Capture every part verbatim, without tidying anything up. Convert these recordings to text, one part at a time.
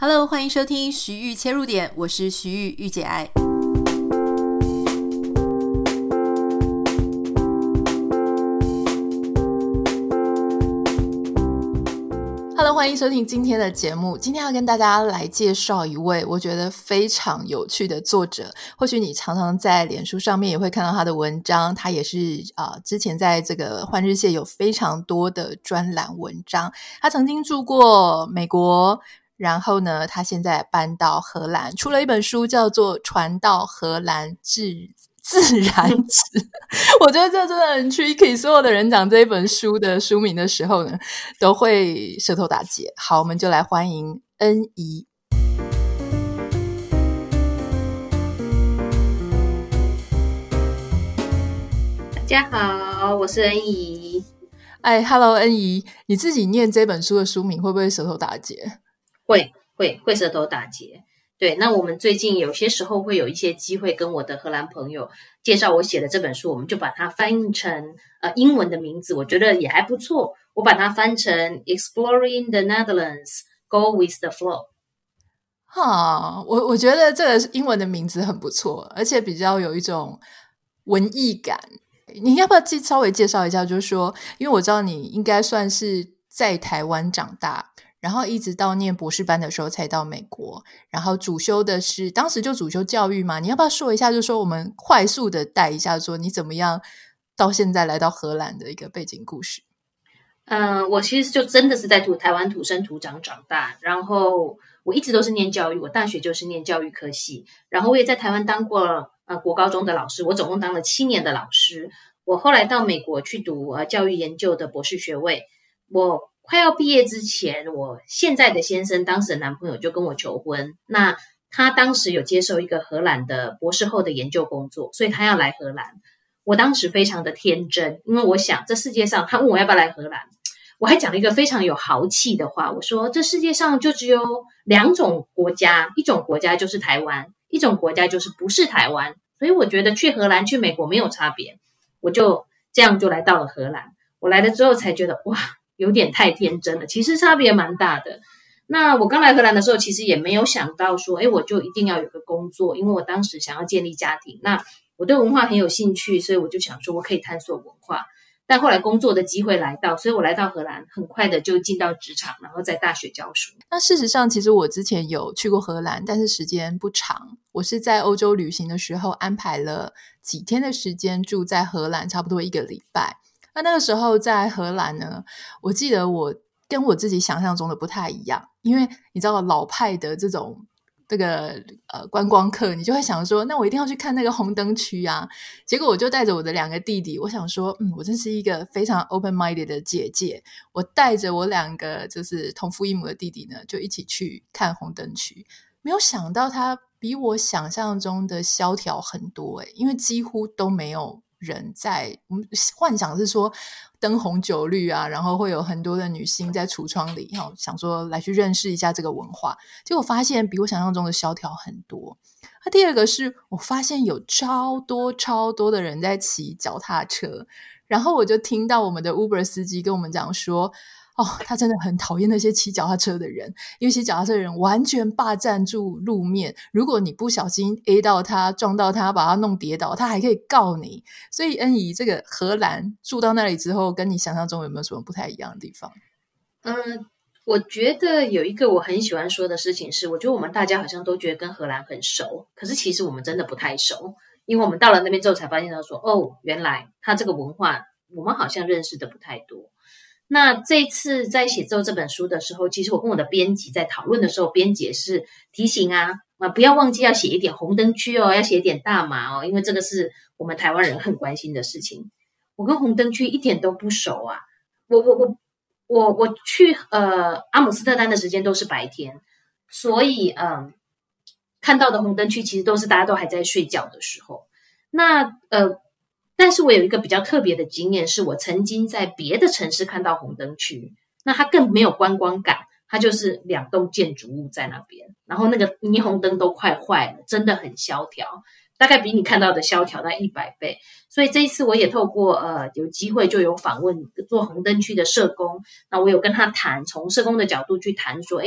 Hello， 欢迎收听徐玉切入点，我是徐玉玉姐爱。Hello， 欢迎收听今天的节目。今天要跟大家来介绍一位我觉得非常有趣的作者，或许你常常在脸书上面也会看到他的文章，他也是、呃、之前在这个换日线有非常多的专栏文章。他曾经住过美国，然后呢他现在搬到荷兰，出了一本书叫做《传到荷兰至自然值》我觉得这真的很 tricky， 所有的人讲这一本书的书名的时候呢都会舌头打结。好，我们就来欢迎恩怡。 大家好，我是恩怡。 哎 ，Hello， 恩怡，你自己念这本书的书名会不会舌头打结？ 会会会舌头打结。对，那我们最近有些时候会有一些机会跟我的荷兰朋友介绍我写的这本书，我们就把它翻译成呃英文的名字，我觉得也还不错。我把它翻成 Exploring the Netherlands, Go with the Flow。 哈，我我觉得这个英文的名字很不错，而且比较有一种文艺感。你要不要稍微介绍一下，就是说，因为我知道你应该算是在台湾长大，然后一直到念博士班的时候才到美国，然后主修的是当时就主修教育嘛，你要不要说一下，就是说我们快速的带一下说你怎么样到现在来到荷兰的一个背景故事。 嗯、呃，我其实就真的是在土台湾土生土长长大，然后我一直都是念教育，我大学就是念教育科系，然后我也在台湾当过呃国高中的老师，我总共当了七年的老师。我后来到美国去读呃教育研究的博士学位，我快要毕业之前，我现在的先生当时的男朋友就跟我求婚，那他当时有接受一个荷兰的博士后的研究工作，所以他要来荷兰。我当时非常的天真，因为我想这世界上，他问我要不要来荷兰，我还讲了一个非常有豪气的话，我说这世界上就只有两种国家，一种国家就是台湾，一种国家就是不是台湾，所以我觉得去荷兰去美国没有差别，我就这样就来到了荷兰。我来了之后才觉得哇，有点太天真了，其实差别蛮大的。那我刚来荷兰的时候其实也没有想到说诶我就一定要有个工作，因为我当时想要建立家庭，那我对文化很有兴趣，所以我就想说我可以探索文化。但后来工作的机会来到，所以我来到荷兰，很快的就进到职场，然后在大学教书。 那事实上其实我之前有去过荷兰，但是时间不长，我是在欧洲旅行的时候安排了几天的时间住在荷兰，差不多一个礼拜。那那个时候在荷兰呢，我记得我跟我自己想象中的不太一样，因为你知道老派的这种这个呃观光客，你就会想说那我一定要去看那个红灯区啊。结果我就带着我的两个弟弟，我想说嗯，我真是一个非常 open minded 的姐姐，我带着我两个就是同父异母的弟弟呢，就一起去看红灯区。没有想到它比我想象中的萧条很多诶，因为几乎都没有人在，我们幻想是说灯红酒绿啊，然后会有很多的女星在橱窗里想说来去认识一下这个文化，结果发现比我想象中的萧条很多。那第二个是我发现有超多超多的人在骑脚踏车，然后我就听到我们的 Uber 司机跟我们讲说哦，他真的很讨厌那些骑脚踏车的人，因为骑脚踏车的人完全霸占住路面，如果你不小心 A 到他撞到他把他弄跌倒，他还可以告你。所以恩怡这个荷兰住到那里之后，跟你想象中有没有什么不太一样的地方？ 嗯，我觉得有一个我很喜欢说的事情是，我觉得我们大家好像都觉得跟荷兰很熟，可是其实我们真的不太熟，因为我们到了那边之后才发现到说哦，原来他这个文化我们好像认识的不太多。那这一次在写作这本书的时候，其实我跟我的编辑在讨论的时候，编辑是提醒啊，啊不要忘记要写一点红灯区哦，要写一点大麻哦，因为这个是我们台湾人很关心的事情。我跟红灯区一点都不熟啊，我我我我我去呃阿姆斯特丹的时间都是白天，所以嗯、呃、看到的红灯区其实都是大家都还在睡觉的时候。那呃。但是我有一个比较特别的经验，是我曾经在别的城市看到红灯区，那它更没有观光感，它就是两栋建筑物在那边，然后那个霓虹灯都快坏了，真的很萧条，大概比你看到的萧条大概一百倍。所以这一次我也透过呃有机会就有访问做红灯区的社工，那我有跟他谈，从社工的角度去谈说，诶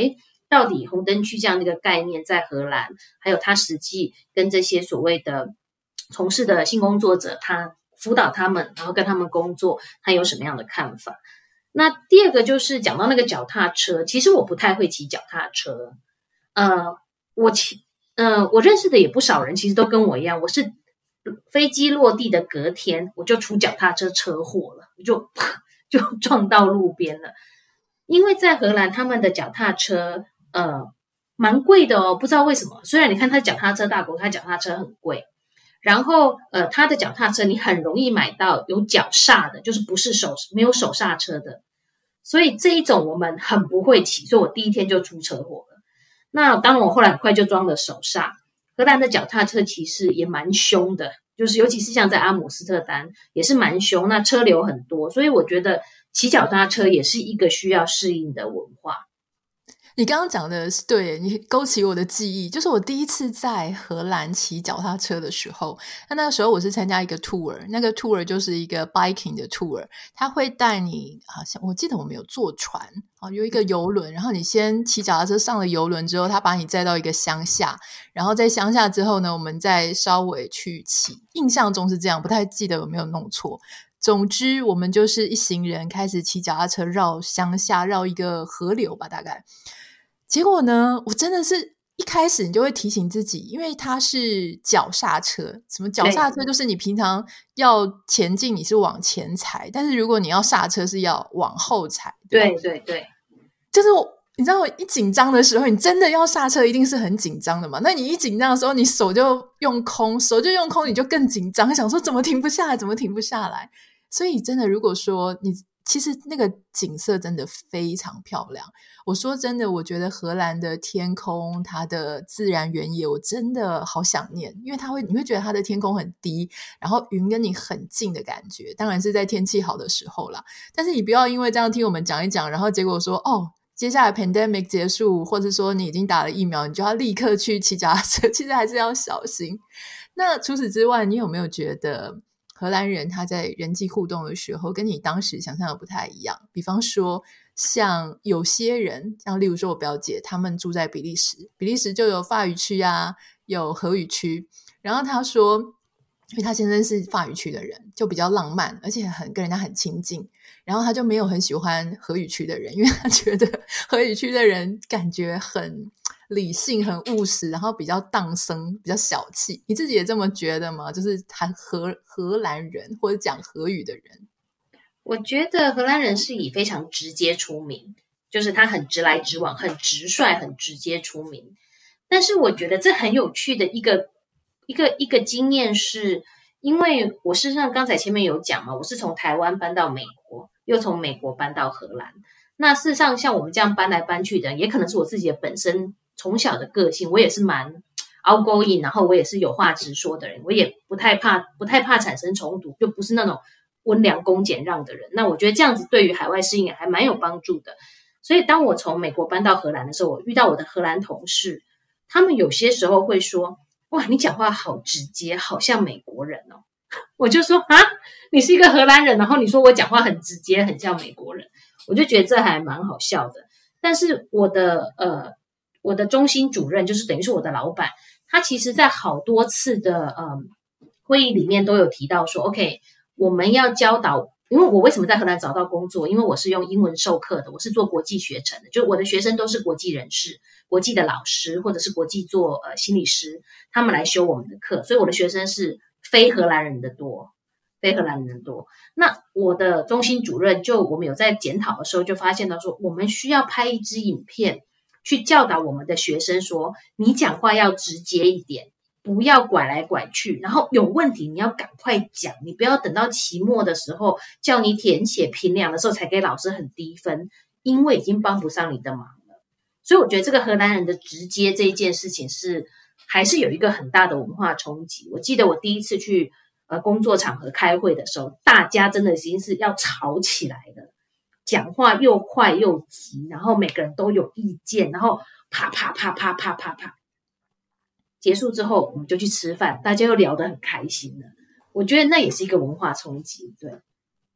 到底红灯区这样的一个概念在荷兰，还有他实际跟这些所谓的从事的性工作者，他辅导他们，然后跟他们工作，他有什么样的看法。那第二个就是讲到那个脚踏车，其实我不太会骑脚踏车，呃，我骑，呃，我认识的也不少人，其实都跟我一样，我是飞机落地的隔天，我就出脚踏车车祸了，我就就撞到路边了。因为在荷兰，他们的脚踏车，呃，蛮贵的哦，不知道为什么。虽然你看它脚踏车大国，它脚踏车很贵。然后，呃，它的脚踏车你很容易买到有脚刹的，就是不是手没有手刹车的，所以这一种我们很不会骑，所以我第一天就出车祸了。那当然，我后来很快就装了手刹。荷兰的脚踏车骑士也蛮凶的，就是尤其是像在阿姆斯特丹也是蛮凶，那车流很多，所以我觉得骑脚踏车也是一个需要适应的文化。 你刚刚讲的是对，你勾起我的记忆，就是我第一次在荷兰骑脚踏车的时候，那那个时候我是参加一个 tour， 那个 tour 就是一个 biking 的 tour， 他会带你，好像我记得我们有坐船，有一个邮轮，然后你先骑脚踏车上了邮轮之后，他把你载到一个乡下，然后在乡下之后呢，我们再稍微去骑，印象中是这样，不太记得有没有弄错。总之我们就是一行人开始骑脚踏车绕乡下，绕一个河流吧大概。结果呢，我真的是一开始你就会提醒自己，因为它是脚刹车，什么脚刹车就是你平常要前进你是往前踩，但是如果你要刹车是要往后踩。 对对对， 就是我你知道我一紧张的时候，你真的要刹车一定是很紧张的嘛，那你一紧张的时候你手就用空，手就用空你就更紧张，想说怎么停不下来怎么停不下来。所以真的如果说你其实那个景色真的非常漂亮，我说真的我觉得荷兰的天空它的自然原野我真的好想念，因为它会你会觉得它的天空很低，然后云跟你很近的感觉，当然是在天气好的时候啦，但是你不要因为这样听我们讲一讲，然后结果说哦接下来 pandemic 结束，或者说你已经打了疫苗，你就要立刻去骑脚踏车，其实还是要小心。那除此之外，你有没有觉得荷兰人他在人际互动的时候跟你当时想象的不太一样？比方说像有些人，像例如说我表姐他们住在比利时，比利时就有法语区啊，有荷语区，然后他说因为他先生是法语区的人，就比较浪漫，而且很跟人家很亲近，然后他就没有很喜欢荷语区的人，因为他觉得荷语区的人感觉很理性很务实，然后比较荡生比较小气。你自己也这么觉得吗？就是谈荷荷兰人或者讲荷语的人。 我觉得荷兰人是以非常直接出名，就是他很直来直往，很直率，很直接出名。但是我觉得这很有趣的一个一个一个经验是，因为我事实上刚才前面有讲嘛，我是从台湾搬到美国，又从美国搬到荷兰。那事实上像我们这样搬来搬去的，也可能是我自己的本身从小的个性，我也是蛮 outgoing， 然后我也是有话直说的人，我也不太怕不太怕产生冲突，就不是那种温良恭俭让的人。那我觉得这样子对于海外适应还蛮有帮助的。所以当我从美国搬到荷兰的时候，我遇到我的荷兰同事，他们有些时候会说，哇，你讲话好直接，好像美国人哦。我就说啊，你是一个荷兰人，然后你说我讲话很直接，很像美国人，我就觉得这还蛮好笑的。但是我的呃，我的中心主任就是等于是我的老板，他其实在好多次的呃会议里面都有提到说 ，OK， 我们要教导。因为我为什么在荷兰找到工作？因为我是用英文授课的，我是做国际学程的，就我的学生都是国际人士、国际的老师，或者是国际做呃心理师，他们来修我们的课，所以我的学生是非荷兰人的多，非荷兰人的多。那我的中心主任就我们有在检讨的时候就发现到说，我们需要拍一支影片去教导我们的学生说，你讲话要直接一点。不要拐来拐去，然后有问题你要赶快讲，你不要等到期末的时候叫你填写评量的时候才给老师很低分，因为已经帮不上你的忙了。所以我觉得这个荷兰人的直接这一件事情是还是有一个很大的文化冲击。我记得我第一次去呃工作场合开会的时候，大家真的已经是要吵起来了，讲话又快又急，然后每个人都有意见，然后啪啪啪啪啪啪啪。结束之后我们就去吃饭，大家又聊得很开心了。我觉得那也是一个文化冲击。对，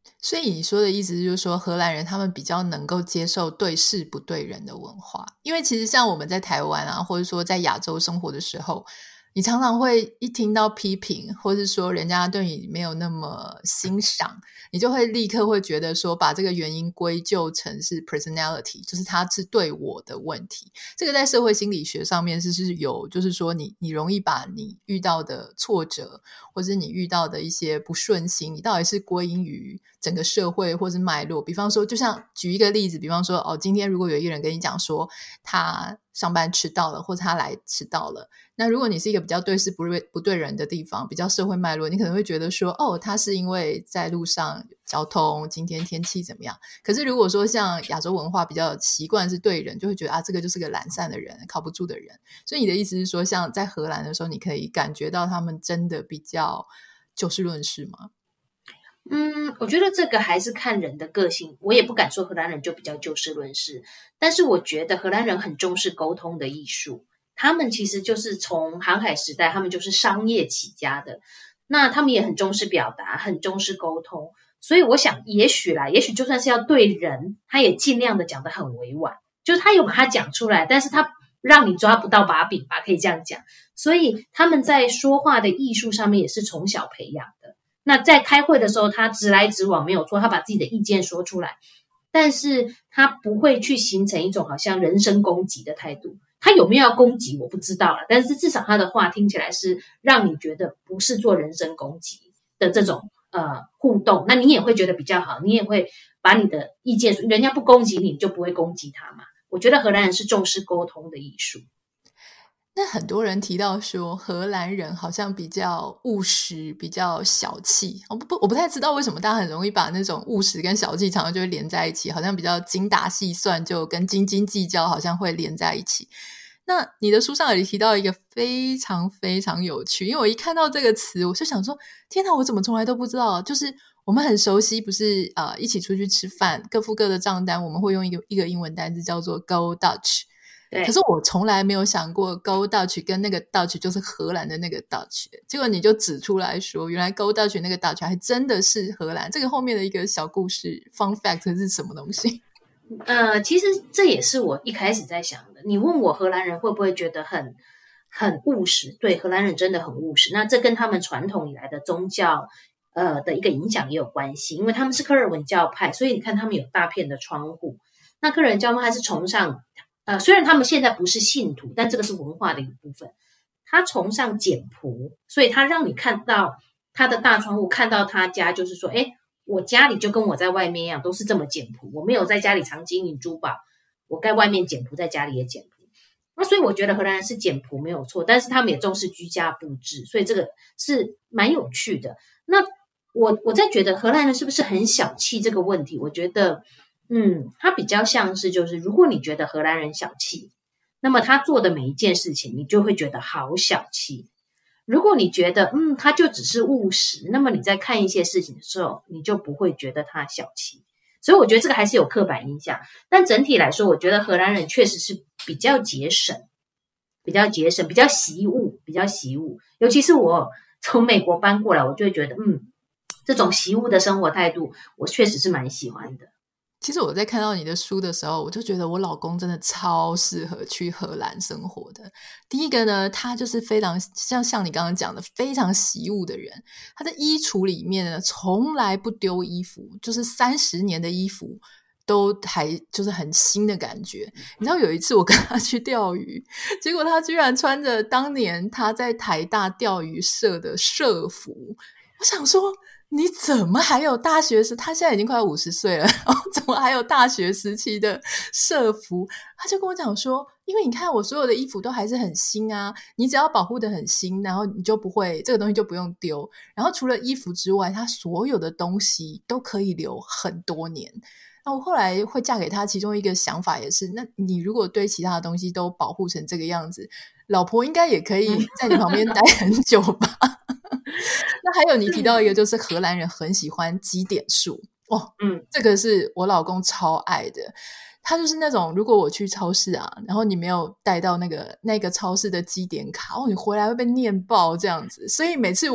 所以你说的意思就是说，荷兰人他们比较能够接受对事不对人的文化。因为其实像我们在台湾啊，或者说在亚洲生活的时候，你常常会一听到批评，或是说人家对你没有那么欣赏，你就会立刻会觉得说把这个原因归咎成是 personality， 就是他是对我的问题。这个在社会心理学上面是是有，就是说你你容易把你遇到的挫折，或是你遇到的一些不顺心，你到底是归因于整个社会或是脉络。比方说，就像举一个例子，比方说哦，今天如果有一个人跟你讲说他上班迟到了，或者他来迟到了，那如果你是一个比较对事不对不对人的地方，比较社会脉络，你可能会觉得说哦，他是因为在路上交通，今天天气怎么样。可是如果说像亚洲文化比较习惯是对人，就会觉得啊，这个就是个懒散的人，靠不住的人。所以你的意思是说，像在荷兰的时候，你可以感觉到他们真的比较就事论事吗？ 嗯，我觉得这个还是看人的个性，我也不敢说荷兰人就比较就事论事，但是我觉得荷兰人很重视沟通的艺术。他们其实就是从航海时代，他们就是商业起家的，那他们也很重视表达，很重视沟通。所以我想也许啦，也许就算是要对人，他也尽量的讲得很委婉，就是他有把它讲出来，但是他让你抓不到把柄吧，可以这样讲。所以他们在说话的艺术上面也是从小培养的。那在开会的时候，他直来直往没有错，他把自己的意见说出来，但是他不会去形成一种好像人身攻击的态度。他有没有要攻击我不知道了，但是至少他的话听起来是让你觉得不是做人身攻击的这种呃互动，那你也会觉得比较好，你也会把你的意见，人家不攻击你，你就不会攻击他嘛。我觉得荷兰人是重视沟通的艺术。 那很多人提到说荷兰人好像比较务实，比较小气。我不我不太知道为什么大家很容易把那种务实跟小气常常就会连在一起，好像比较精打细算就跟斤斤计较好像会连在一起。那你的书上有提到一个非常非常有趣，因为我一看到这个词我就想说天哪，我怎么从来都不知道。就是我们很熟悉，不是呃一起出去吃饭各付各的账单，我们会用一个一个英文单字叫做 Go Dutch。可是我从来没有想过 Go Dutch 跟那个 Dutch 就是荷兰的那个 Dutch， 结果你就指出来说原来 Go Dutch 那个 Dutch 还真的是荷兰。这个后面的一个小故事 Fun Fact 是什么东西？ 呃，其实这也是我一开始在想的。你问我荷兰人会不会觉得很很务实，对，荷兰人真的很务实。那这跟他们传统以来的宗教呃的一个影响也有关系，因为他们是科尔文教派，所以你看他们有大片的窗户。那科尔文教派是崇尚呃，虽然他们现在不是信徒，但这个是文化的一部分。他崇尚简朴，所以他让你看到他的大窗户，看到他家，就是说，诶，我家里就跟我在外面一样，都是这么简朴。我没有在家里藏金银珠宝，我在外面简朴，在家里也简朴。那所以我觉得荷兰人是简朴没有错，但是他们也重视居家布置，所以这个是蛮有趣的。那我我在觉得荷兰人是不是很小气这个问题，我觉得嗯，他比较像是就是如果你觉得荷兰人小气，那么他做的每一件事情你就会觉得好小气。如果你觉得嗯他就只是务实，那么你在看一些事情的时候你就不会觉得他小气。所以我觉得这个还是有刻板印象，但整体来说我觉得荷兰人确实是比较节省，比较节省，比较习物，比较习物。尤其是我从美国搬过来，我就会觉得嗯这种习物的生活态度我确实是蛮喜欢的。 其实我在看到你的书的时候，我就觉得我老公真的超适合去荷兰生活的。第一个呢，他就是非常像像你刚刚讲的非常习物的人，他的衣橱里面呢从来不丢衣服，就是三十年的衣服都还就是很新的感觉。你知道有一次我跟他去钓鱼，结果他居然穿着当年他在台大钓鱼社的社服。我想说你怎么还有大学时，他现在已经快五十岁了，然后怎么还有大学时期的社服？他就跟我讲说，因为你看我所有的衣服都还是很新啊，你只要保护得很新，然后你就不会这个东西就不用丢。然后除了衣服之外，他所有的东西都可以留很多年。那我后来会嫁给他，其中一个想法也是，那你如果对其他的东西都保护成这个样子，老婆应该也可以在你旁边待很久吧。那还有你提到一个就是荷兰人很喜欢积点数哦，嗯，这个是我老公超爱的。他就是那种如果我去超市啊，然后你没有带到那个那个超市的积点卡哦，你回来会被念爆这样子。所以每次我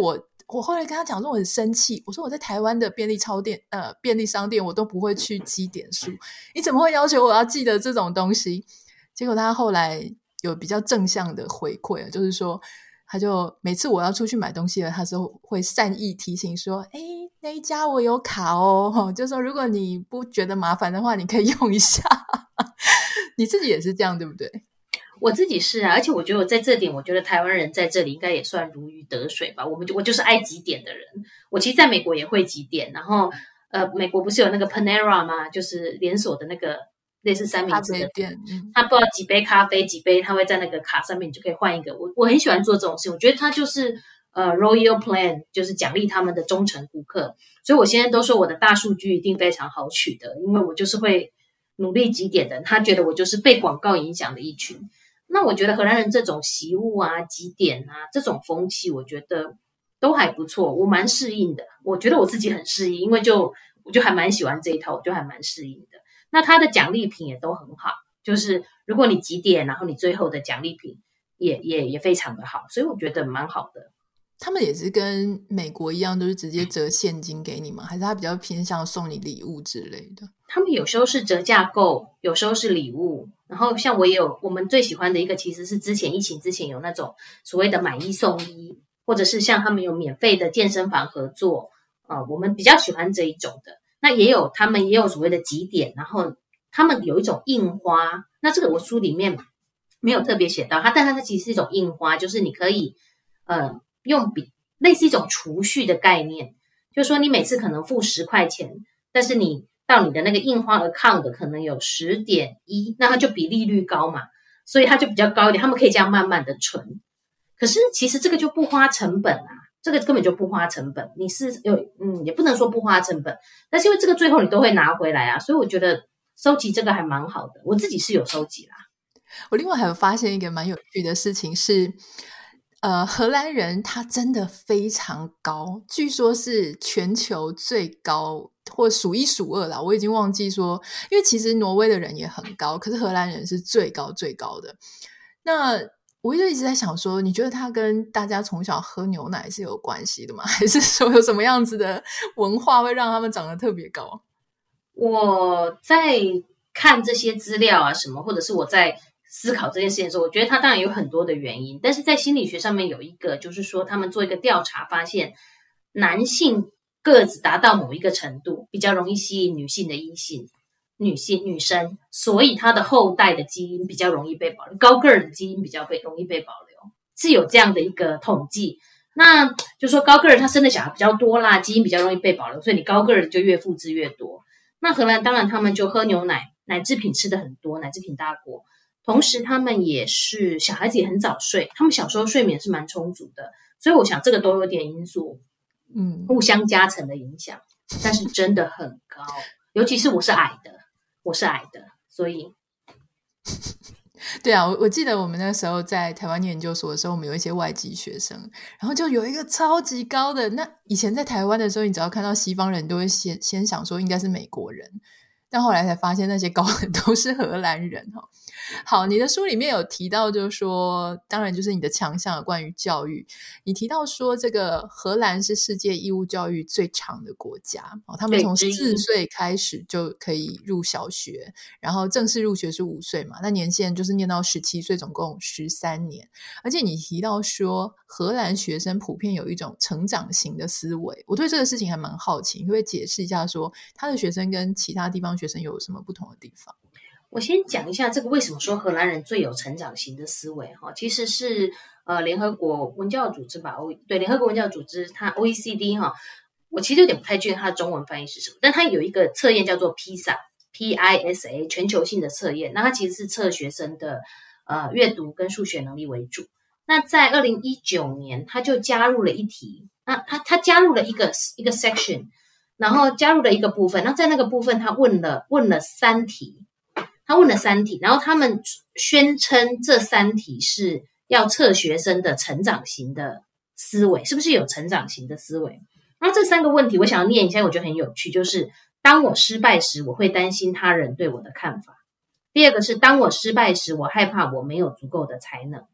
我后来跟他讲说我很生气，我说我在台湾的便利超店呃便利商店我都不会去积点数，你怎么会要求我要记得这种东西？结果他后来有比较正向的回馈，就是说他就每次我要出去买东西了，他就会善意提醒说诶那一家我有卡哦，就说如果你不觉得麻烦的话你可以用一下你自己也是这样对不对？ 我自己是啊，而且我觉得我在这点，我觉得台湾人在这里应该也算如鱼得水吧。我们就我就是爱集点的人，我其实在美国也会集点，然后呃，美国不是有那个 Panera 吗？就是连锁的那个类似三明治的店，嗯， 他不知道几杯咖啡几杯，他会在那个卡上面，你就可以换一个。我我很喜欢做这种事，我觉得他就是呃 Royal Plan， 就是奖励他们的忠诚顾客。所以我现在都说我的大数据一定非常好取得，因为我就是会努力集点的，他觉得我就是被广告影响的一群。那我觉得荷兰人这种习物啊、集点啊这种风气，我觉得都还不错，我蛮适应的。我觉得我自己很适应，因为就我就还蛮喜欢这一套，我就还蛮适应的。那他的奖励品也都很好，就是如果你集点，然后你最后的奖励品也也也非常的好，所以我觉得蛮好的。 他们也是跟美国一样都是直接折现金给你吗？还是他比较偏向送你礼物之类的？ 他们有时候是折价购，有时候是礼物，然后像我也有我们最喜欢的一个其实是之前疫情之前有那种所谓的买一送一，或者是像他们有免费的健身房合作、呃、我们比较喜欢这一种的。那也有他们也有所谓的集点，然后他们有一种印花，那这个我书里面没有特别写到它，但它其实是一种印花，就是你可以呃用比类似一种储蓄的概念，就是说你每次可能付十块钱，但是你到你的那个印花 account 可能有 十点一， 那它就比利率高嘛，所以它就比较高一点，他们可以这样慢慢的存。可是其实这个就不花成本啊，这个根本就不花成本，你是有嗯也不能说不花成本，但是因为这个最后你都会拿回来啊，所以我觉得收集这个还蛮好的，我自己是有收集啦。 我另外还有发现一个蛮有趣的事情是呃，荷兰人他真的非常高，据说是全球最高或数一数二啦，我已经忘记说，因为其实挪威的人也很高，可是荷兰人是最高最高的。那我就一直在想说，你觉得他跟大家从小喝牛奶是有关系的吗？还是说有什么样子的文化会让他们长得特别高？ 我在看这些资料啊什么，或者是我在思考这件事情的时候，我觉得它当然有很多的原因，但是在心理学上面有一个，就是说他们做一个调查发现，男性个子达到某一个程度，比较容易吸引女性的异性，女性女生，所以他的后代的基因比较容易被保留，高个儿的基因比较被容易被保留，是有这样的一个统计。那就说高个儿他生的小孩比较多啦，基因比较容易被保留，所以你高个儿就越复制越多。那荷兰当然他们就喝牛奶，奶制品吃的很多，奶制品大国。同时他们也是小孩子也很早睡，他们小时候睡眠是蛮充足的，所以我想这个都有点因素嗯，互相加成的影响，但是真的很高，尤其是我是矮的我是矮的，所以对啊，我我记得我们那时候在台湾念研究所的时候，我们有一些外籍学生，然后就有一个超级高的，那以前在台湾的时候，你只要看到西方人都会先先想说应该是美国人，但后来才发现那些高人都是荷兰人。好，你的书里面有提到就是说，当然就是你的强项关于教育，你提到说这个荷兰是世界义务教育最长的国家，他们从四岁开始就可以入小学，然后正式入学是五岁嘛，那年限就是念到十七岁，总共十三年。而且你提到说荷兰学生普遍有一种成长型的思维，我对这个事情还蛮好奇，你会解释一下说他的学生跟其他地方学生有什么不同的地方？ 我先讲一下这个为什么说荷兰人最有成长型的思维哈，其实是呃联合国文教组织吧，对，联合国文教组织它 O E C D 哈，我其实有点不太确定它的中文翻译是什么，但它有一个测验叫做 P I S A P I S A 全球性的测验，那它其实是测学生的呃阅读跟数学能力为主。那在二零一九年，它就加入了一题，那它它加入了一个一个 section， 然后加入了一个部分，那在那个部分它问了问了三题。他问了三题，然后他们宣称这三题是要测学生的成长型的思维，是不是有成长型的思维？然后这三个问题我想要念一下，我觉得很有趣，就是当我失败时，我会担心他人对我的看法。第二个是当我失败时，我害怕我没有足够的才能。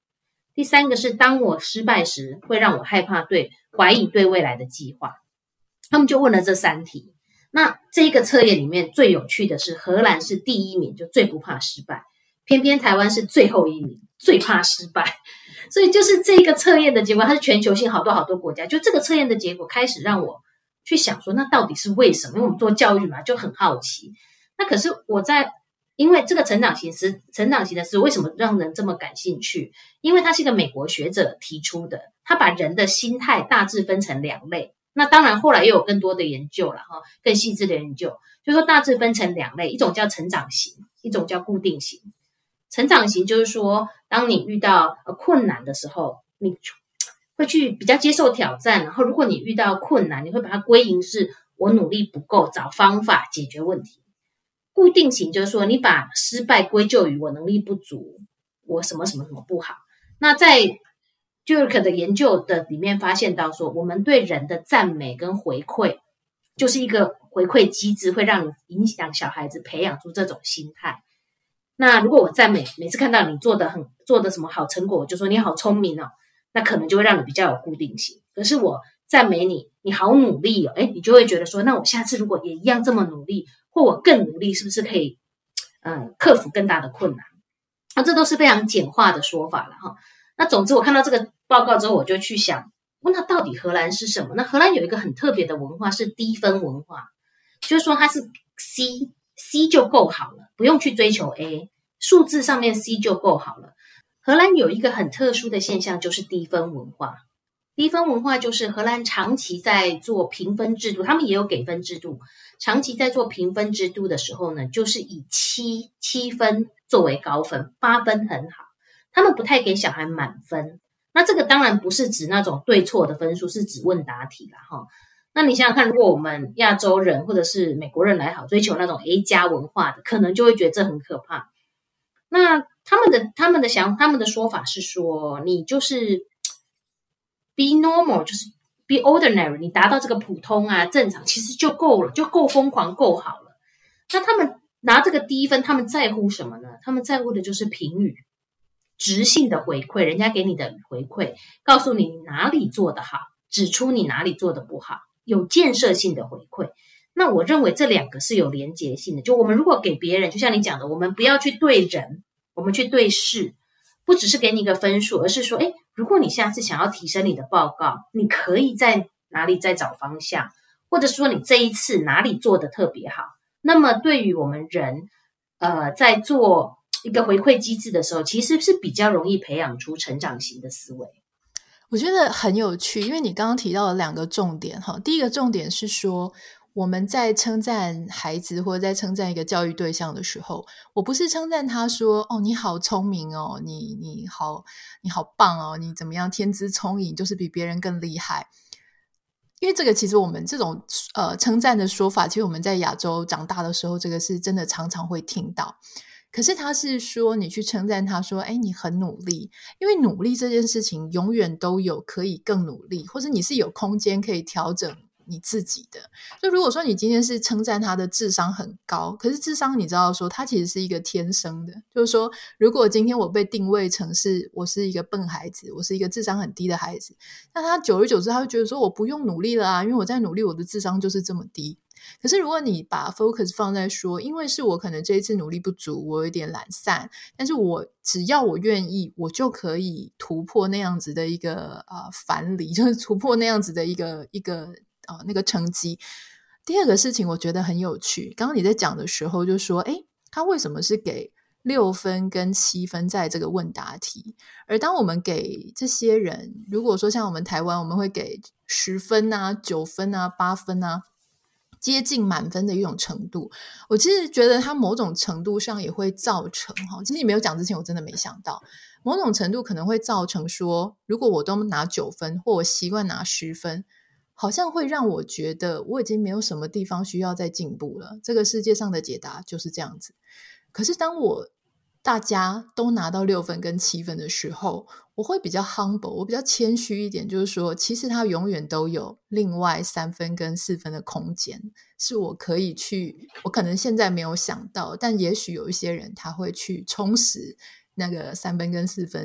第三个是当我失败时会让我害怕对怀疑对未来的计划。他们就问了这三题。那这个测验里面最有趣的是荷兰是第一名，就最不怕失败，偏偏台湾是最后一名，最怕失败。所以就是这个测验的结果，它是全球性好多好多国家，就这个测验的结果开始让我去想说，那到底是为什么？因为我们做教育嘛，就很好奇。那可是我在因为这个成长型思成长型的思维为什么让人这么感兴趣？因为它是一个美国学者提出的，他把人的心态大致分成两类。那当然后来又有更多的研究了哈，更细致的研究，就说大致分成两类，一种叫成长型，一种叫固定型。成长型就是说，当你遇到困难的时候，你会去比较接受挑战，然后如果你遇到困难，你会把它归因是我努力不够，找方法解决问题。固定型就是说，你把失败归咎于我能力不足，我什么什么什么不好。那在 Jurek 的研究的里面发现到说，我们对人的赞美跟回馈，就是一个回馈机制，会让你影响小孩子培养出这种心态。那如果我赞美，每次看到你做的很做的什么好成果，我就说你好聪明哦，那可能就会让你比较有固定性。可是我赞美你，你好努力哦，诶，你就会觉得说，那我下次如果也一样这么努力，或我更努力，是不是可以嗯克服更大的困难？那这都是非常简化的说法了哈。那总之我看到这个报告之后，我就去想，那到底荷兰是什么？那荷兰有一个很特别的文化是低分文化，就是说它是 C C 就够好了，不用去追求 A， 数字上面 C 就够好了。荷兰有一个很特殊的现象，就是低分文化。低分文化就是荷兰长期在做评分制度，他们也有给分制度，长期在做评分制度的时候呢，就是以七七分作为高分，八分很好，他们不太给小孩满分。那这个当然不是指那种对错的分数，是指问答题啦齁。那你想想看，如果我们亚洲人或者是美国人来好追求那种 A 加文化的，可能就会觉得这很可怕。那他们的他们的想他们的说法是说，你就是 be normal， 就是 be ordinary， 你达到这个普通啊正常其实就够了，就够疯狂够好了。那他们拿这个低分，他们在乎什么呢？他们在乎的就是评语，直性的回馈，人家给你的回馈，告诉你哪里做得好，指出你哪里做得不好，有建设性的回馈。那我认为这两个是有连结性的，就我们如果给别人，就像你讲的，我们不要去对人，我们去对事，不只是给你一个分数，而是说，诶，如果你下次想要提升你的报告，你可以在哪里再找方向，或者说你这一次哪里做得特别好。那么对于我们人呃，在做一个回馈机制的时候，其实是比较容易培养出成长型的思维。 我觉得很有趣，因为你刚刚提到了两个重点哈。第一个重点是说，我们在称赞孩子或者在称赞一个教育对象的时候，我不是称赞他说哦你好聪明哦，你你好你好棒哦，你怎么样天资聪颖，就是比别人更厉害。因为这个其实我们这种呃称赞的说法，其实我们在亚洲长大的时候，这个是真的常常会听到。可是他是说你去称赞他说，诶，你很努力，因为努力这件事情永远都有可以更努力，或者你是有空间可以调整你自己的。就如果说你今天是称赞他的智商很高，可是智商你知道说他其实是一个天生的，就是说如果今天我被定位成是我是一个笨孩子，我是一个智商很低的孩子，那他久而久之他会觉得说我不用努力了啊，因为我在努力我的智商就是这么低。可是如果你把 focus 放在说，因为是我可能这一次努力不足，我有点懒散，但是我只要我愿意，我就可以突破那样子的一个呃樊篱，就是突破那样子的一个一个呃那个成绩。第二个事情我觉得很有趣，刚刚你在讲的时候就说，诶，他为什么是给六分跟七分在这个问答题，而当我们给这些人，如果说像我们台湾我们会给十分啊九分啊八分啊，接近满分的一种程度，我其实觉得它某种程度上也会造成，其实你没有讲之前我真的没想到，某种程度可能会造成说，如果我都拿九分或我习惯拿十分，好像会让我觉得我已经没有什么地方需要再进步了，这个世界上的解答就是这样子。可是当我大家都拿到六分跟七分的时候，我会比较 humble， 我比较谦虚一点，就是说其实它永远都有另外三分跟四分的空间，是我可以去，我可能现在没有想到，但也许有一些人他会去充实那个三分跟四分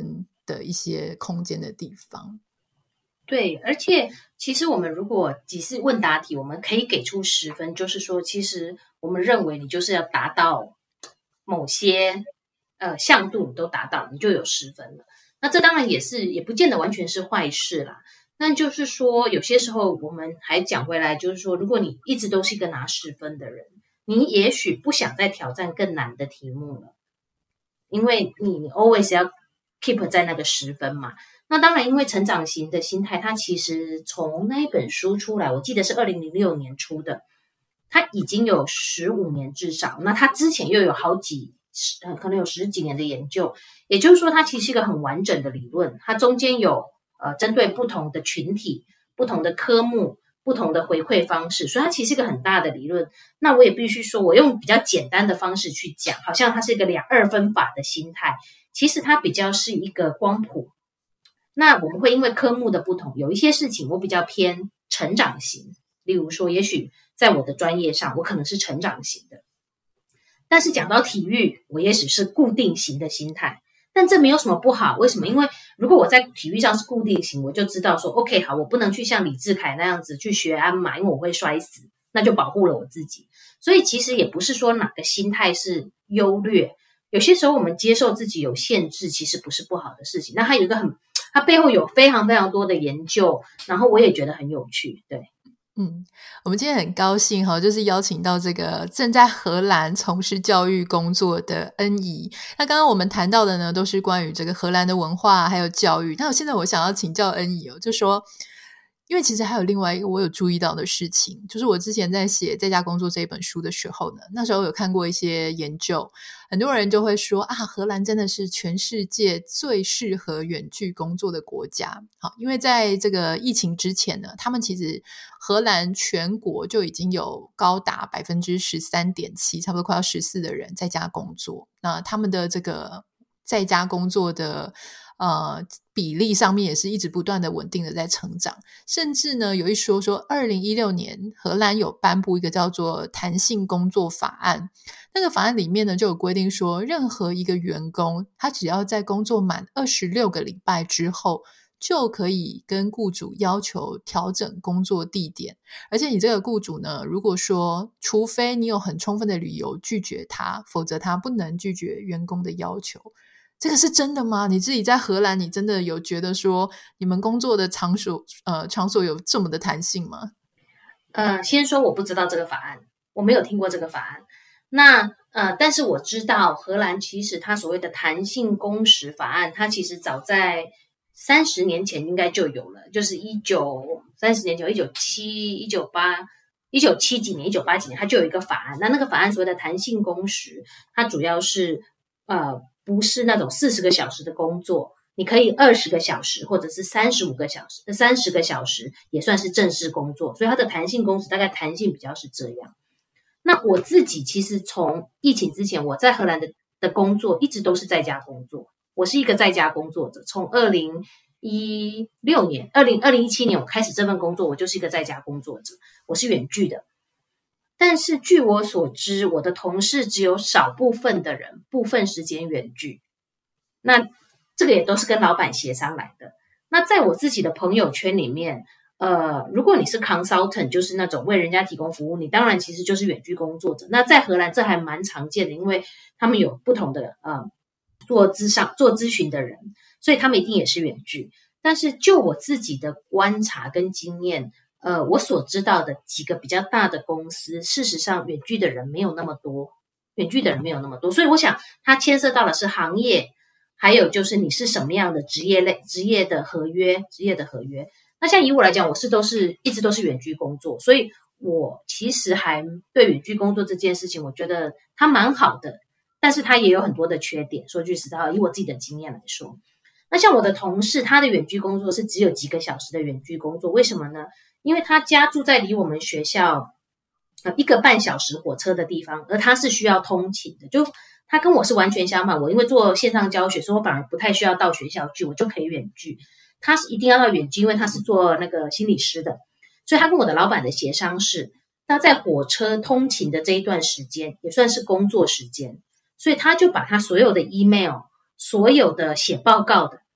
的一些空间的地方。 对，而且其实我们如果几次问答题，我们可以给出十分，就是说其实我们认为你就是要达到某些呃向度你都达到，你就有十分了。那这当然也是也不见得完全是坏事啦。那就是说有些时候我们还讲回来，就是说如果你一直都是一个拿十分的人，你也许不想再挑战更难的题目了，因为你你 always 要 keep 在那个十分嘛。那当然因为成长型的心态，它其实从那一本书出来，我记得是二零零六年出的，它已经有十五年至少，那它之前又有好几呃可能有十几年的研究，也就是说它其实是一个很完整的理论，它中间有呃针对不同的群体、不同的科目、不同的回馈方式，所以它其实是一个很大的理论。那我也必须说，我用比较简单的方式去讲，好像它是一个两二分法的心态，其实它比较是一个光谱。那我们会因为科目的不同，有一些事情我比较偏成长型，例如说也许在我的专业上我可能是成长型的，但是讲到体育我也许是固定型的心态，但这没有什么不好。为什么？因为如果我在体育上是固定型，我就知道说 OK 好，我不能去像李智凯那样子去学鞍马，因为我会摔死，那就保护了我自己。所以其实也不是说哪个心态是优劣，有些时候我们接受自己有限制其实不是不好的事情。那它有一个很它背后有非常非常多的研究，然后我也觉得很有趣。对， 嗯，我们今天很高兴哈，就是邀请到这个正在荷兰从事教育工作的恩怡。那刚刚我们谈到的呢，都是关于这个荷兰的文化还有教育。那现在我想要请教恩怡哦，就说因为其实还有另外一个我有注意到的事情，就是我之前在写在家工作这一本书的时候呢，那时候有看过一些研究，很多人就会说啊，荷兰真的是全世界最适合远距工作的国家。好，因为在这个疫情之前呢，他们其实荷兰全国就已经有高达 百分之十三点七 差不多快要十四的人在家工作。那他们的这个在家工作的呃比例上面也是一直不断的稳定的在成长，甚至呢有一说说二零一六年荷兰有颁布一个叫做弹性工作法案，那个法案里面呢就有规定说，任何一个员工他只要在工作满二十六个礼拜之后，就可以跟雇主要求调整工作地点，而且你这个雇主呢，如果说除非你有很充分的理由拒绝他，否则他不能拒绝员工的要求。这个是真的吗？你自己在荷兰，你真的有觉得说你们工作的场所呃场所有这么的弹性吗？ 呃，先说我不知道这个法案，我没有听过这个法案。那呃，但是我知道荷兰其实它所谓的弹性工时法案，它其实早在三十年前应该就有了，就是一九三十年前，一九七一九八一九七几年，一九八几年，它就有一个法案。那那个法案所谓的弹性工时，它主要是呃不是那种四十个小时的工作，你可以二十个小时或者是三十五个小时，三十个小时也算是正式工作，所以它的弹性工时大概弹性比较是这样。那我自己其实从疫情之前，我在荷兰的的工作一直都是在家工作，我是一个在家工作者，从二零一六年、二零二零一七年我开始这份工作，我就是一个在家工作者，我是远距的。但是据我所知，我的同事只有少部分的人部分时间远距，那这个也都是跟老板协商来的。那在我自己的朋友圈里面，呃，如果你是 consultant， 就是那种为人家提供服务，你当然其实就是远距工作者。那在荷兰这还蛮常见的，因为他们有不同的呃做咨商、做咨询的人，所以他们一定也是远距。但是就我自己的观察跟经验，呃，我所知道的几个比较大的公司，事实上远距的人没有那么多，远距的人没有那么多，所以我想它牵涉到的是行业，还有就是你是什么样的职业类、职业的合约、职业的合约。那像以我来讲，我是都是一直都是远距工作，所以我其实还对远距工作这件事情，我觉得它蛮好的，但是它也有很多的缺点。说句实在话，以我自己的经验来说，那像我的同事，他的远距工作是只有几个小时的远距工作，为什么呢？因为他家住在离我们学校呃一个半小时火车的地方，而他是需要通勤的，就他跟我是完全相反。我因为做线上教学，所以我反而不太需要到学校去，我就可以远距。他是一定要到远距，因为他是做那个心理师的，所以他跟我的老板的协商是，他在火车通勤的这一段时间也算是工作时间，所以他就把他所有的 email、所有的写报告的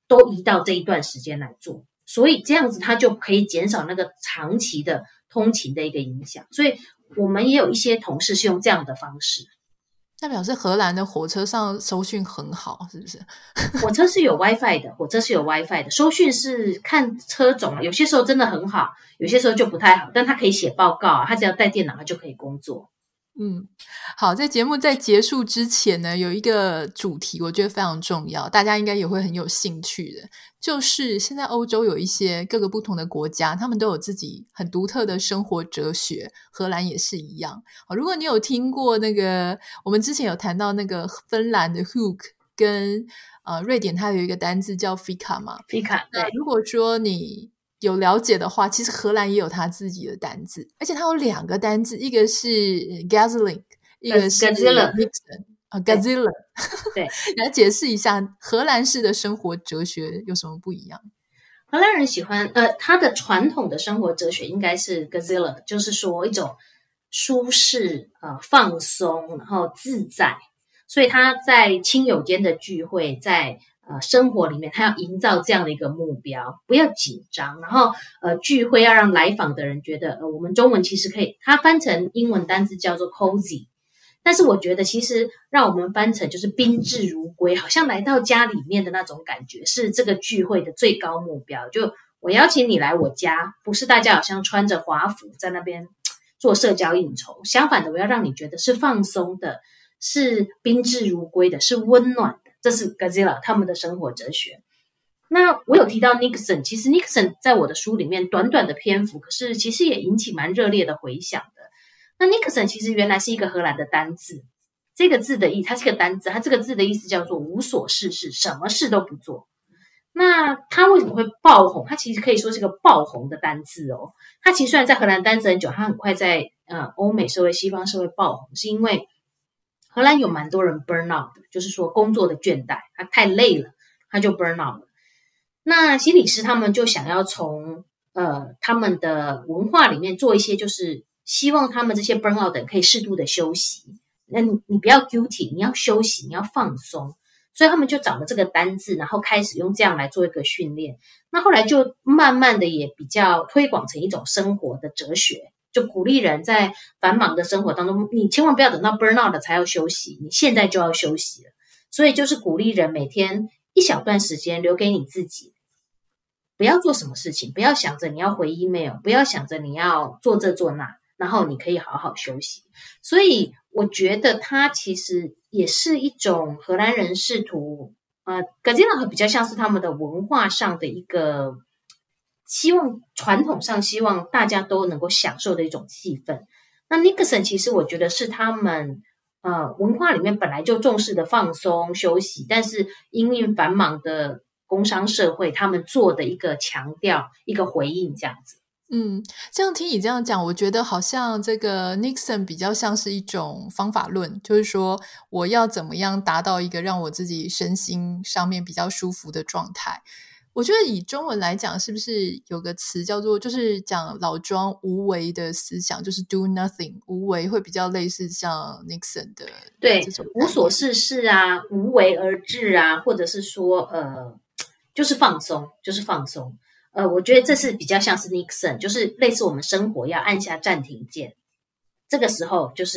都移到这一段时间来做，所以这样子它就可以减少那个长期的通勤的一个影响。所以我们也有一些同事是用这样的方式。 那表示荷兰的火车上收讯很好，是不是？ 火车是有 WiFi 的，火车是有 WiFi 的，收讯是看车种，有些时候真的很好，有些时候就不太好，但它可以写报告啊，它只要带电脑它就可以工作。 嗯，好，在节目在结束之前呢，有一个主题我觉得非常重要，大家应该也会很有兴趣的，就是现在欧洲有一些各个不同的国家，他们都有自己很独特的生活哲学，荷兰也是一样。如果你有听过那个，我们之前有谈到那个芬兰的 Huk 跟呃瑞典，它有一个单字叫 Fika 嘛 Fika， 那如果说你有了解的话，其实荷兰也有他自己的单字，而且它有两个单字，一个是 Gasoline， 一个是 Nixon 啊 Gazilla。 对， 来解释一下荷兰式的生活哲学有什么不一样？ 荷兰人喜欢呃，他的传统的生活哲学应该是 Gazilla， 就是说一种舒适、呃放松，然后自在。所以他在亲友间的聚会，在呃，生活里面他要营造这样的一个目标，不要紧张，然后呃，聚会要让来访的人觉得，呃，我们中文其实可以，它翻成英文单字叫做 cozy， 但是我觉得其实让我们翻成就是宾至如归，好像来到家里面的那种感觉，是这个聚会的最高目标。就我邀请你来我家，不是大家好像穿着华服在那边做社交应酬，相反的，我要让你觉得是放松的，是宾至如归的，是温暖的。这是 Gazilla 他们的生活哲学。那我有提到 Nixon， 其实 Nixon 在我的书里面短短的篇幅，可是其实也引起蛮热烈的回响的。那 Nixon 其实原来是一个荷兰的单字，这个字的意思，它是个单字，它这个字的意思叫做无所事事，什么事都不做。那它为什么会爆红？它其实可以说是个爆红的单字哦。它其实虽然在荷兰单字很久，它很快在呃欧美社会、西方社会爆红，是因为荷兰有蛮多人 burn out 的，就是说工作的倦怠，他太累了，他就 burn out 了。那心理师他们就想要从呃他们的文化里面做一些，就是希望他们这些 burn out 的人可以适度的休息。那你你不要 guilty， 你要休息，你要放松。所以他们就找了这个单字，然后开始用这样来做一个训练。那后来就慢慢的也比较推广成一种生活的哲学。就鼓励人在繁忙的生活当中，你千万不要等到 burnout 了才要休息，你现在就要休息了。所以就是鼓励人每天一小段时间留给你自己，不要做什么事情，不要想着你要回 email， 不要想着你要做这做那，然后你可以好好休息。所以我觉得它其实也是一种荷兰人试图呃 Gazilla 比较像是他们的文化上的一个希望，传统上希望大家都能够享受的一种气氛。那 Nixon 其实我觉得是他们呃文化里面本来就重视的放松休息，但是因应繁忙的工商社会，他们做的一个强调，一个回应这样子。 嗯，这样听你这样讲，我觉得好像这个 Nixon 比较像是一种方法论，就是说我要怎么样达到一个让我自己身心上面比较舒服的状态。我觉得以中文来讲，是不是有个词叫做，就是讲老庄无为的思想，就是 do nothing， 无为会比较类似像 Nixon 的对这种无所事事啊，无为而治啊，或者是说呃，就是放松，就是放松。呃，我觉得这是比较像是 Nixon， 就是类似我们生活要按下暂停键，这个时候就是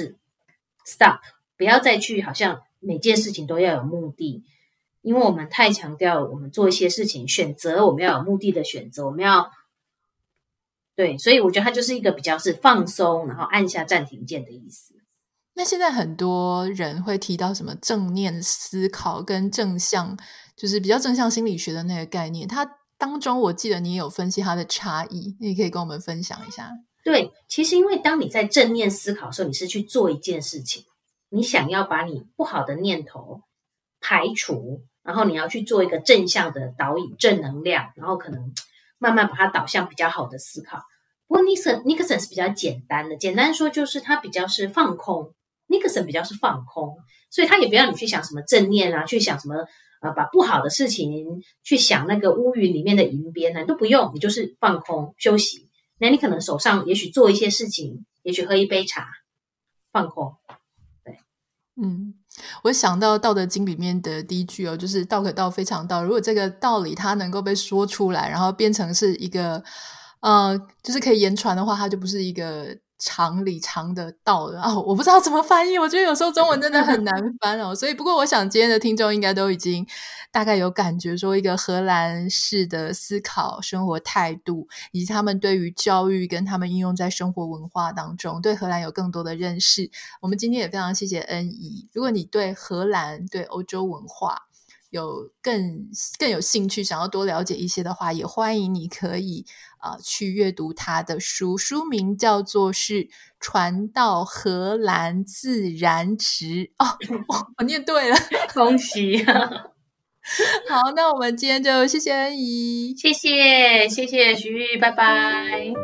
stop， 不要再去好像每件事情都要有目的。因为我们太强调我们做一些事情选择，我们要有目的的选择，我们要对，所以我觉得它就是一个比较是放松，然后按下暂停键的意思。 那现在很多人会提到什么正念思考跟正向，就是比较正向心理学的那个概念，它当中我记得你也有分析它的差异，你可以跟我们分享一下。 对，其实因为当你在正念思考的时候，你是去做一件事情，你想要把你不好的念头排除，然后你要去做一个正向的导引，正能量，然后可能慢慢把它导向比较好的思考。不过 Nixon Nixon 是比较简单的，简单说就是他比较是放空， Nixon 比较是放空，所以他也不要你去想什么正念啊，去想什么呃把不好的事情去想那个乌云里面的银边啊，都不用，你就是放空休息。那你可能手上也许做一些事情，也许喝一杯茶，放空。对， 嗯， 我想到《道德经》里面的第一句哦，就是道可道非常道。如果这个道理它能够被说出来，然后变成是一个呃，就是可以言传的话，它就不是一个常理常的道了啊！我不知道怎么翻译，我觉得有时候中文真的很难翻哦。所以，不过我想今天的听众应该都已经大概有感觉，说一个荷兰式的思考生活态度，以及他们对于教育跟他们应用在生活文化当中，对荷兰有更多的认识。我们今天也非常谢谢恩怡。如果你对荷兰、对欧洲文化有更更有兴趣，想要多了解一些的话，也欢迎你可以呃去阅读他的书，书名叫做是《传到荷兰自然值》哦，我念对了， 恭喜！ 好，那我们今天就谢谢恩怡， 谢谢谢谢徐玉，拜拜。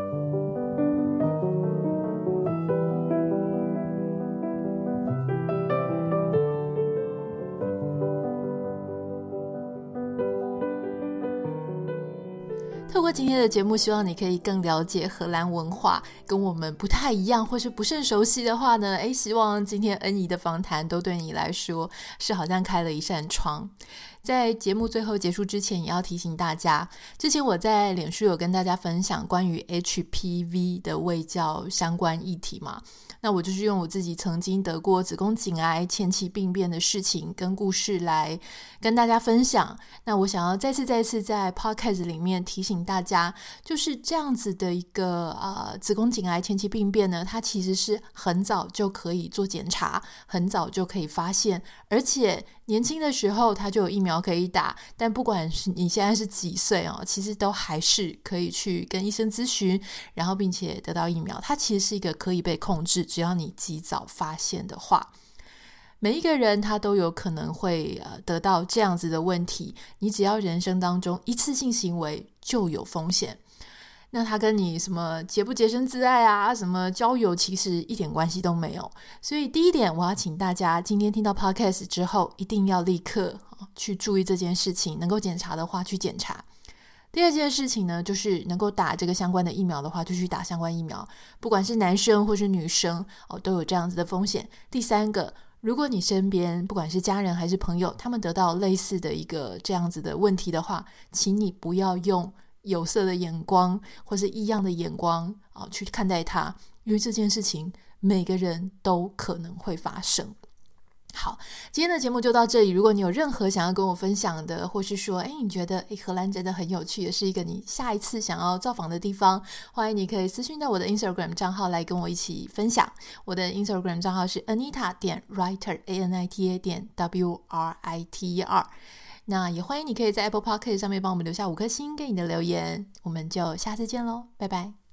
透过今天的节目，希望你可以更了解荷兰文化，跟我们不太一样或是不甚熟悉的话呢，诶，希望今天恩怡的访谈都对你来说是好像开了一扇窗。在节目最后结束之前，也要提醒大家，之前我在脸书有跟大家分享关于 H P V 的卫教相关议题嘛，那我就是用我自己曾经得过子宫颈癌前期病变的事情跟故事来跟大家分享。那我想要再次再次在 podcast 里面提醒大家，就是这样子的一个呃子宫颈癌前期病变呢，它其实是很早就可以做检查，很早就可以发现，而且年轻的时候它就有疫苗可以打，但不管是你现在是几岁哦，其实都还是可以去跟医生咨询，然后并且得到疫苗。它其实是一个可以被控制，只要你及早发现的话。每一个人他都有可能会、呃、得到这样子的问题，你只要人生当中一次性行为就有风险。那他跟你什么洁不洁身自爱啊，什么交友其实一点关系都没有。所以第一点，我要请大家今天听到 podcast 之后一定要立刻去注意这件事情，能够检查的话去检查。第二件事情呢，就是能够打这个相关的疫苗的话就去打相关疫苗，不管是男生或是女生、哦、都有这样子的风险。第三个，如果你身边不管是家人还是朋友，他们得到类似的一个这样子的问题的话，请你不要用有色的眼光或是异样的眼光、哦、去看待它，因为这件事情每个人都可能会发生。好，今天的节目就到这里。如果你有任何想要跟我分享的，或是说诶你觉得诶荷兰真的很有趣，也是一个你下一次想要造访的地方，欢迎你可以私讯到我的 Instagram 账号来跟我一起分享。我的 Instagram 账号是 Anita 点 Writer A N I T A 点 W R I T E R。 那也欢迎你可以在 Apple Podcast 上面帮我们留下五颗星跟你的留言。我们就下次见咯，拜拜。